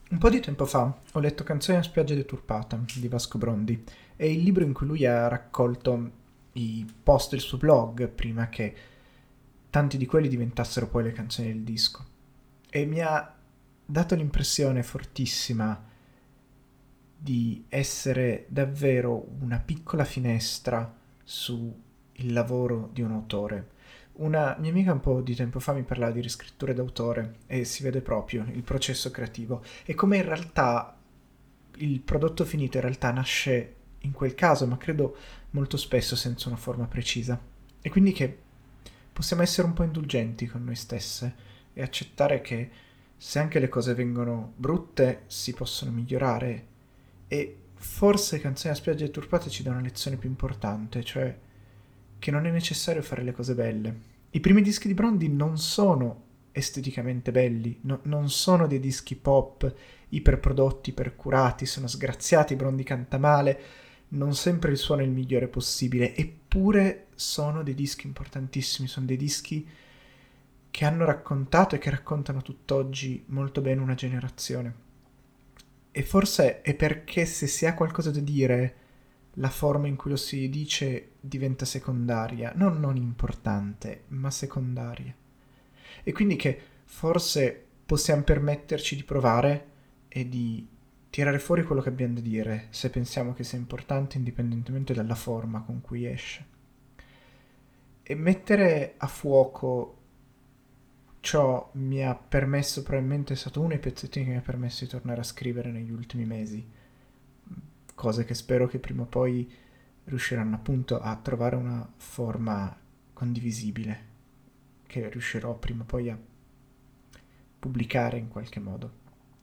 Un po' di tempo fa ho letto Canzoni a spiaggia deturpata di Vasco Brondi. È il libro in cui lui ha raccolto i post del suo blog prima che tanti di quelli diventassero poi le canzoni del disco. E mi ha dato l'impressione fortissima di essere davvero una piccola finestra sul lavoro di un autore. Una mia amica un po' di tempo fa mi parlava di riscritture d'autore e si vede proprio il processo creativo e come in realtà il prodotto finito in realtà nasce in quel caso, ma credo molto spesso senza una forma precisa. E quindi che possiamo essere un po' indulgenti con noi stesse e accettare che se anche le cose vengono brutte si possono migliorare e forse Canzoni a spiaggia deturpate ci dà una lezione più importante, cioè che non è necessario fare le cose belle. I primi dischi di Brondi non sono esteticamente belli, non sono dei dischi pop iperprodotti, ipercurati, sono sgraziati, Brondi canta male, non sempre il suono è il migliore possibile, eppure sono dei dischi importantissimi, sono dei dischi che hanno raccontato e che raccontano tutt'oggi molto bene una generazione. E forse è perché se si ha qualcosa da dire, la forma in cui lo si dice diventa secondaria, non importante, ma secondaria. E quindi che forse possiamo permetterci di provare e di tirare fuori quello che abbiamo da dire, se pensiamo che sia importante indipendentemente dalla forma con cui esce. E mettere a fuoco ciò mi ha permesso, probabilmente è stato uno dei pezzettini che mi ha permesso di tornare a scrivere negli ultimi mesi, cose che spero che prima o poi riusciranno appunto a trovare una forma condivisibile, che riuscirò prima o poi a pubblicare in qualche modo.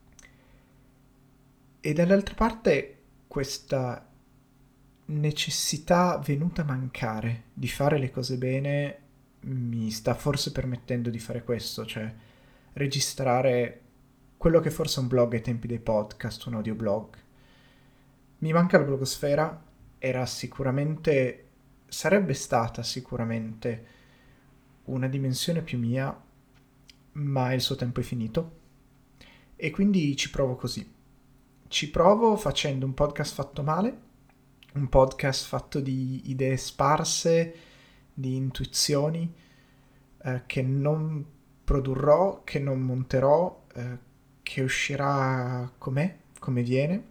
E dall'altra parte questa necessità venuta a mancare di fare le cose bene mi sta forse permettendo di fare questo, cioè registrare quello che forse è un blog ai tempi dei podcast, un audioblog. Mi manca la blogosfera, era sicuramente, sarebbe stata sicuramente una dimensione più mia, ma il suo tempo è finito e quindi ci provo così. Ci provo facendo un podcast fatto male, un podcast fatto di idee sparse, di intuizioni che non produrrò, che non monterò, che uscirà com'è, come viene.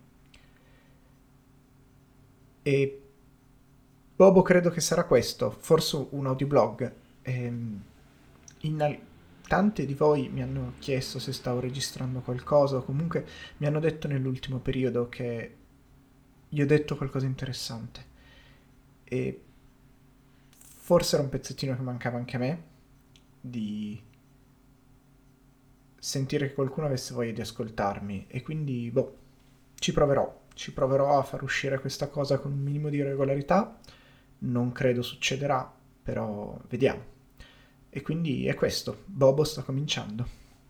E Bobo credo che sarà questo, forse un audioblog. In tante di voi mi hanno chiesto se stavo registrando qualcosa o comunque mi hanno detto nell'ultimo periodo che gli ho detto qualcosa di interessante e forse era un pezzettino che mancava anche a me di sentire che qualcuno avesse voglia di ascoltarmi e quindi boh, ci proverò a far uscire questa cosa con un minimo di regolarità, non credo succederà, però vediamo. E quindi è questo, Bobo sta cominciando.